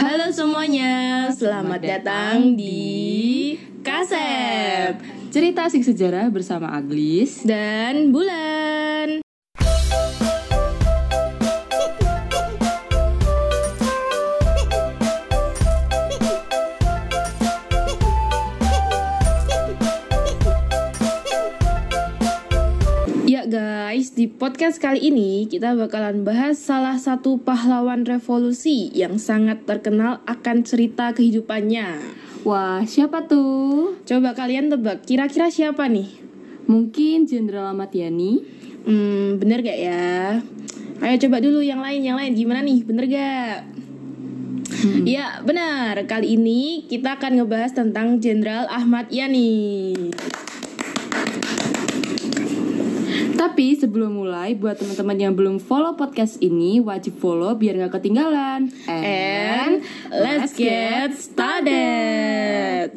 Halo semuanya, selamat datang di Kasep, cerita asik sejarah bersama Aglis dan Bulan. Ya guys, di podcast kali ini kita bakalan bahas salah satu pahlawan revolusi yang sangat terkenal akan cerita kehidupannya. Wah, siapa tuh? Coba kalian tebak, kira-kira siapa nih? Mungkin Jenderal Ahmad Yani? Bener gak ya? Ayo coba dulu yang lain, gimana nih, bener gak? Ya benar, kali ini kita akan ngebahas tentang Jenderal Ahmad Yani. Tapi sebelum mulai, buat teman-teman yang belum follow podcast ini, wajib follow biar gak ketinggalan. And let's get started.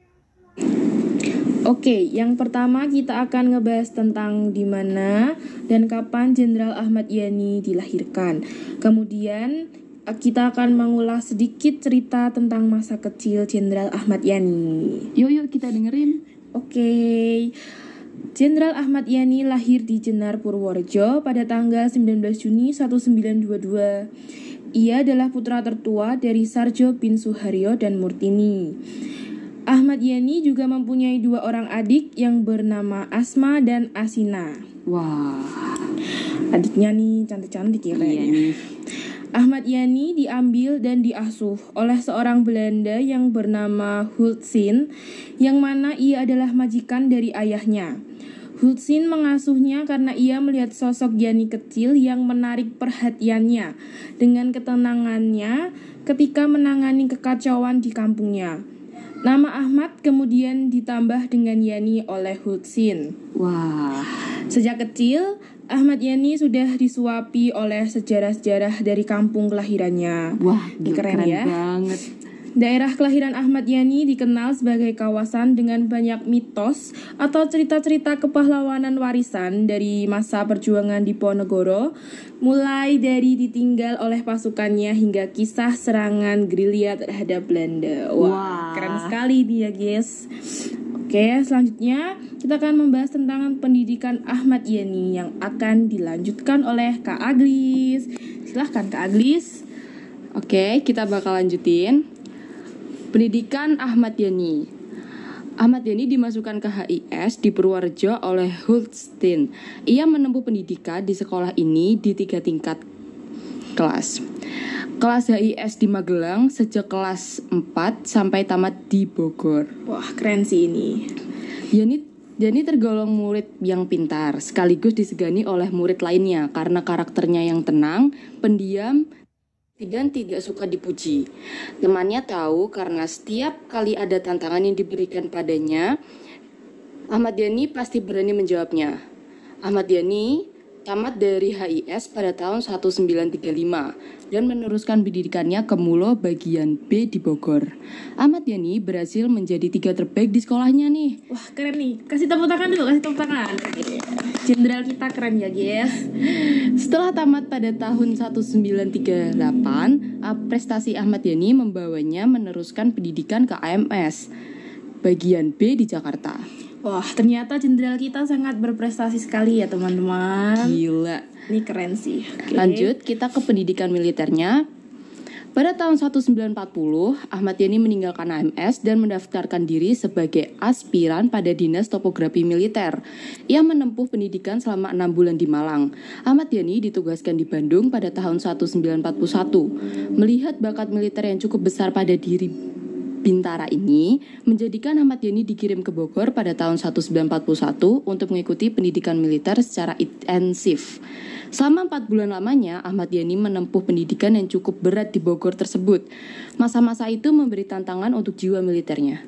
Oke, yang pertama kita akan ngebahas tentang di mana dan kapan Jenderal Ahmad Yani dilahirkan. Kemudian kita akan mengulas sedikit cerita tentang masa kecil Jenderal Ahmad Yani. Yuk kita dengerin. Oke. Jenderal Ahmad Yani lahir di Jenar, Purworejo pada tanggal 19 Juni 1922. Ia adalah putra tertua dari Sarjo bin Suharyo dan Murtini. Ahmad Yani juga mempunyai dua orang adik yang bernama Asma dan Asina. Wah, adiknya nih cantik-cantik ya kayaknya. Iya nih. Ahmad Yani diambil dan diasuh oleh seorang Belanda yang bernama Hultzin, yang mana ia adalah majikan dari ayahnya. Hultzin mengasuhnya karena ia melihat sosok Yani kecil yang menarik perhatiannya dengan ketenangannya ketika menangani kekacauan di kampungnya. Nama Ahmad kemudian ditambah dengan Yani oleh Hultzin. Wah. Sejak kecil, Ahmad Yani sudah disuapi oleh sejarah-sejarah dari kampung kelahirannya. Wah, keren ya. Banget. Daerah kelahiran Ahmad Yani dikenal sebagai kawasan dengan banyak mitos atau cerita-cerita kepahlawanan warisan dari masa perjuangan Diponegoro, mulai dari ditinggal oleh pasukannya hingga kisah serangan gerilya terhadap Belanda. Wah, keren sekali dia, guys. Oke, selanjutnya kita akan membahas tentang pendidikan Ahmad Yani yang akan dilanjutkan oleh Kak Aglis. Silahkan Kak Aglis. Oke, kita bakal lanjutin. Pendidikan Ahmad Yani. Ahmad Yani dimasukkan ke HIS di Purworejo oleh Hultzin. Ia menempuh pendidikan di sekolah ini di 3 tingkat kelas. Kelas HIS di Magelang sejak kelas 4 sampai tamat di Bogor. Wah, keren sih ini. Yani tergolong murid yang pintar, sekaligus disegani oleh murid lainnya karena karakternya yang tenang, pendiam, dan tidak suka dipuji. Temannya tahu karena setiap kali ada tantangan yang diberikan padanya, Ahmad Yani pasti berani menjawabnya. Ahmad Yani tamat dari HIS pada tahun 1935 dan meneruskan pendidikannya ke Mulo bagian B di Bogor. Ahmad Yani berhasil menjadi 3 terbaik di sekolahnya nih. Wah, keren nih. Kasih tepuk tangan dulu, kasih tepuk tangan. Jenderal kita keren ya, guys. Setelah tamat pada tahun 1938, prestasi Ahmad Yani membawanya meneruskan pendidikan ke AMS bagian B di Jakarta. Wah, ternyata jenderal kita sangat berprestasi sekali ya, teman-teman. Gila. Ini keren sih. Oke. Lanjut, kita ke pendidikan militernya. Pada tahun 1940, Ahmad Yani meninggalkan AMS dan mendaftarkan diri sebagai aspiran pada Dinas Topografi Militer. Ia menempuh pendidikan selama 6 bulan di Malang. Ahmad Yani ditugaskan di Bandung pada tahun 1941. Melihat bakat militer yang cukup besar pada diri Bintara ini, menjadikan Ahmad Yani dikirim ke Bogor pada tahun 1941 untuk mengikuti pendidikan militer secara intensif. Selama 4 bulan lamanya, Ahmad Yani menempuh pendidikan yang cukup berat di Bogor tersebut. Masa-masa itu memberi tantangan untuk jiwa militernya.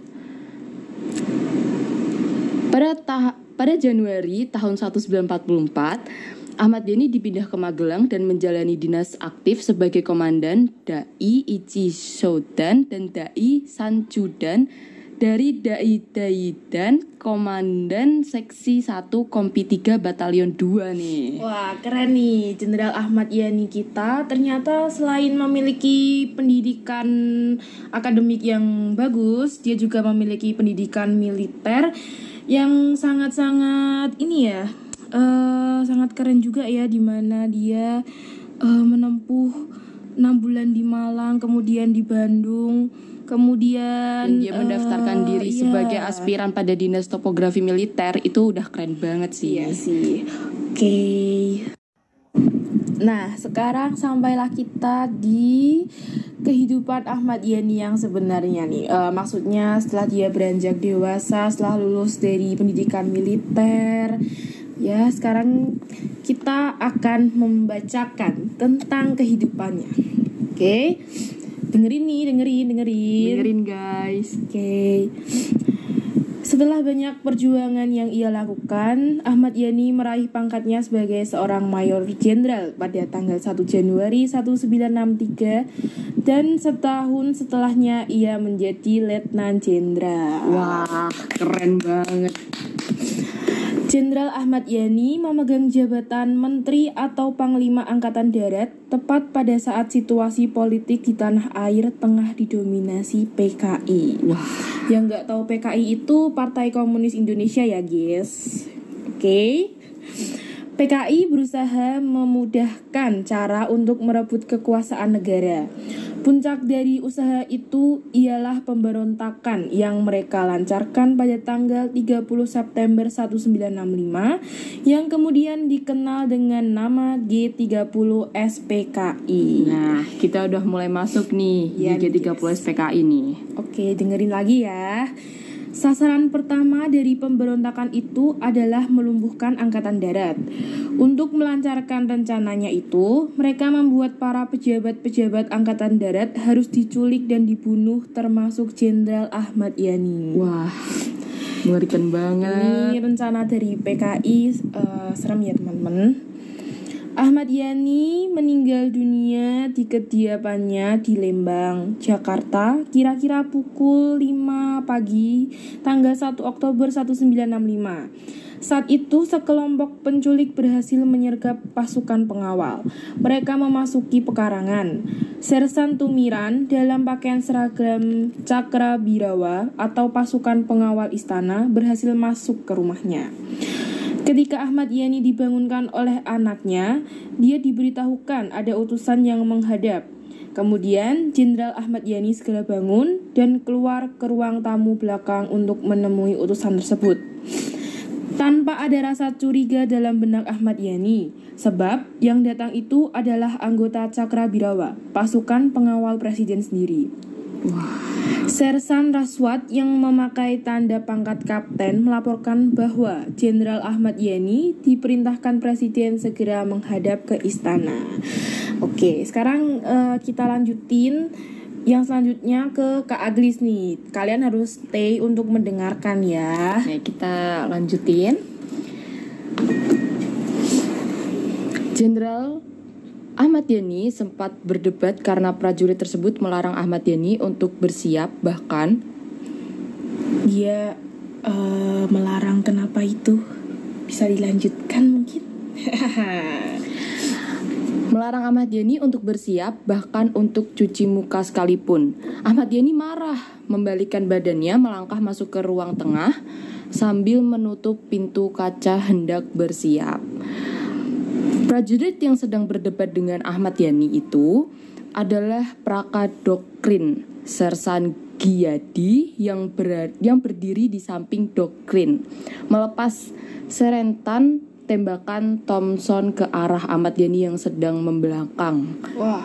Pada Januari tahun 1944, Ahmad Yani dipindah ke Magelang dan menjalani dinas aktif sebagai komandan Dai Ichi Shodan dan Dai Sanjudan dari Dai-Daidan, Komandan Seksi 1 Kompi 3 Batalion 2 nih. Wah, keren nih. Jenderal Ahmad Yani kita ternyata selain memiliki pendidikan akademik yang bagus, dia juga memiliki pendidikan militer yang sangat-sangat sangat keren juga ya, di mana dia menempuh 6 bulan di Malang, kemudian di Bandung, kemudian Dan dia mendaftarkan diri sebagai aspiran pada Dinas Topografi Militer. Itu udah keren banget sih. Iya sih. Oke. Nah, sekarang sampailah kita di kehidupan Ahmad Yani yang sebenarnya nih. Maksudnya setelah dia beranjak dewasa, setelah lulus dari pendidikan militer. Ya, sekarang kita akan membacakan tentang kehidupannya. Oke. Dengerin Guys. Oke. Setelah banyak perjuangan yang ia lakukan, Ahmad Yani meraih pangkatnya sebagai seorang mayor jenderal pada tanggal 1 Januari 1963 dan setahun setelahnya ia menjadi letnan jenderal. Wah, keren banget. Jenderal Ahmad Yani memegang jabatan Menteri atau Panglima Angkatan Darat tepat pada saat situasi politik di tanah air tengah didominasi PKI. Wah, yang nggak tahu PKI itu Partai Komunis Indonesia ya guys. Oke. PKI berusaha memudahkan cara untuk merebut kekuasaan negara. Puncak dari usaha itu ialah pemberontakan yang mereka lancarkan pada tanggal 30 September 1965 yang kemudian dikenal dengan nama G30 SPKI. nah kita udah mulai masuk nih Ya, di G30 SPKI nih. Oke, dengerin lagi ya. Sasaran pertama dari pemberontakan itu adalah melumpuhkan Angkatan Darat. Untuk melancarkan rencananya itu, mereka membuat para pejabat-pejabat Angkatan Darat harus diculik dan dibunuh, termasuk Jenderal Ahmad Yani. Wah, mengerikan banget. Ini rencana dari PKI, serem ya teman-teman. Ahmad Yani meninggal dunia di kediamannya di Lembang, Jakarta, kira-kira pukul 5 pagi, tanggal 1 Oktober 1965. Saat itu, sekelompok penculik berhasil menyergap pasukan pengawal. Mereka memasuki pekarangan. Sersan Tumiran dalam pakaian seragam Cakrabirawa atau pasukan pengawal istana berhasil masuk ke rumahnya. Ketika Ahmad Yani dibangunkan oleh anaknya, dia diberitahukan ada utusan yang menghadap. Kemudian, Jenderal Ahmad Yani segera bangun dan keluar ke ruang tamu belakang untuk menemui utusan tersebut. Tanpa ada rasa curiga dalam benak Ahmad Yani, sebab yang datang itu adalah anggota Cakrabirawa, pasukan pengawal presiden sendiri. Sersan Raswat yang memakai tanda pangkat kapten melaporkan bahwa Jenderal Ahmad Yani diperintahkan presiden segera menghadap ke istana. Oke, sekarang kita lanjutin yang selanjutnya ke Kak Aglis nih. Kalian harus stay untuk mendengarkan ya. Nah, kita lanjutin. Jenderal Ahmad Yani sempat berdebat karena prajurit tersebut melarang Ahmad Yani untuk bersiap, bahkan dia melarang. Kenapa itu? Bisa dilanjutkan mungkin? melarang Ahmad Yani untuk bersiap, bahkan untuk cuci muka sekalipun. Ahmad Yani marah, membalikkan badannya, melangkah masuk ke ruang tengah sambil menutup pintu kaca hendak bersiap. Prajurit yang sedang berdebat dengan Ahmad Yani itu adalah Prakadokrin, Sersan Giyadi yang berdiri di samping Dokrin, melepas serentan tembakan Thompson ke arah Ahmad Yani yang sedang membelakang. Wah,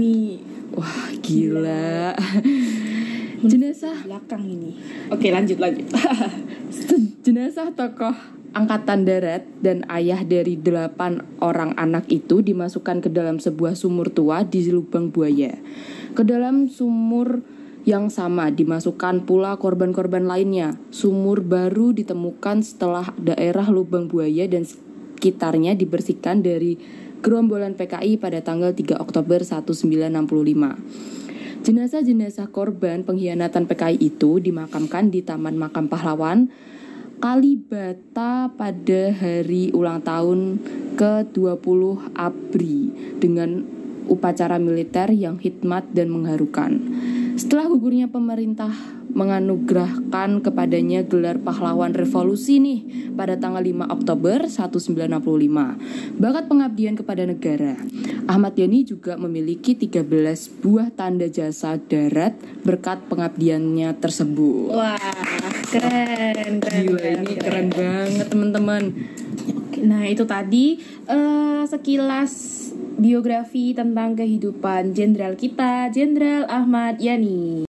Gila. Jenazah belakang ini. Oke, lanjut. Jenazah tokoh Angkatan Darat dan ayah dari 8 orang anak itu dimasukkan ke dalam sebuah sumur tua di lubang buaya. Ke dalam sumur yang sama dimasukkan pula korban-korban lainnya. Sumur baru ditemukan setelah daerah lubang buaya dan sekitarnya dibersihkan dari gerombolan PKI pada tanggal 3 Oktober 1965. Jenazah-jenazah korban pengkhianatan PKI itu dimakamkan di Taman Makam Pahlawan Kalibata pada hari ulang tahun ke-20 ABRI dengan upacara militer yang hikmat dan mengharukan. Setelah gugurnya pemerintah menganugerahkan kepadanya gelar pahlawan revolusi nih pada tanggal 5 Oktober 1965. Bakat pengabdian kepada negara. Ahmad Yani juga memiliki 13 buah tanda jasa darat berkat pengabdiannya tersebut. Wah, keren. Gila, ini keren banget teman-teman. Nah, itu tadi sekilas biografi tentang kehidupan jenderal kita, Jenderal Ahmad Yani.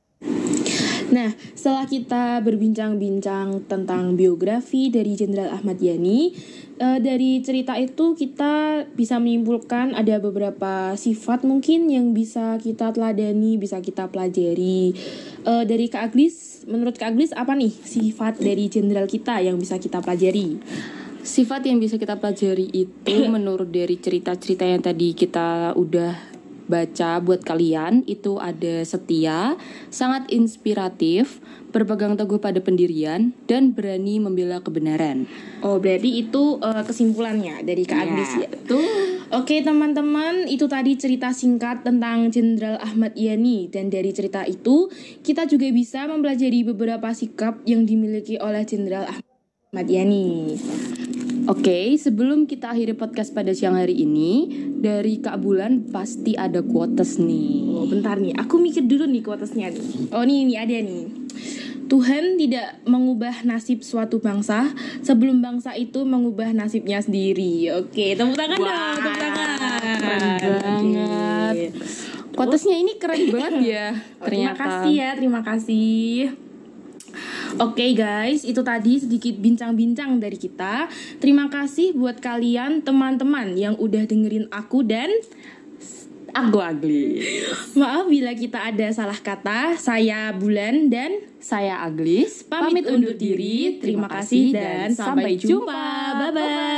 Nah, setelah kita berbincang-bincang tentang biografi dari Jenderal Ahmad Yani, dari cerita itu kita bisa menyimpulkan ada beberapa sifat mungkin yang bisa kita teladani, bisa kita pelajari. Dari Kak Aglis, menurut Kak Aglis apa nih sifat dari jenderal kita yang bisa kita pelajari? Sifat yang bisa kita pelajari itu menurut dari cerita-cerita yang tadi kita udah baca buat kalian, itu ada setia, sangat inspiratif, berpegang teguh pada pendirian, dan berani membela kebenaran. Oh, berarti itu kesimpulannya dari Kak Agnes ya. Oke teman-teman, itu tadi cerita singkat tentang Jenderal Ahmad Yani. Dan dari cerita itu, kita juga bisa mempelajari beberapa sikap yang dimiliki oleh Jenderal Ahmad Yani. Oke, sebelum kita akhiri podcast pada siang hari ini, dari Kak Bulan pasti ada quotes nih. Oh, bentar nih, aku mikir dulu nih quotesnya nih. Oh, nih ada nih. Tuhan tidak mengubah nasib suatu bangsa sebelum bangsa itu mengubah nasibnya sendiri. Oke, tepuk tangan dong, tepuk tangan. Keren banget. Quotesnya ini keren banget ya. Ternyata. Terima kasih. Oke guys, itu tadi sedikit bincang-bincang dari kita. Terima kasih buat kalian teman-teman yang udah dengerin aku dan aku Agli. Maaf bila kita ada salah kata. Saya Bulan dan saya Aglis. Pamit undur diri. Terima kasih dan sampai jumpa. Bye-bye.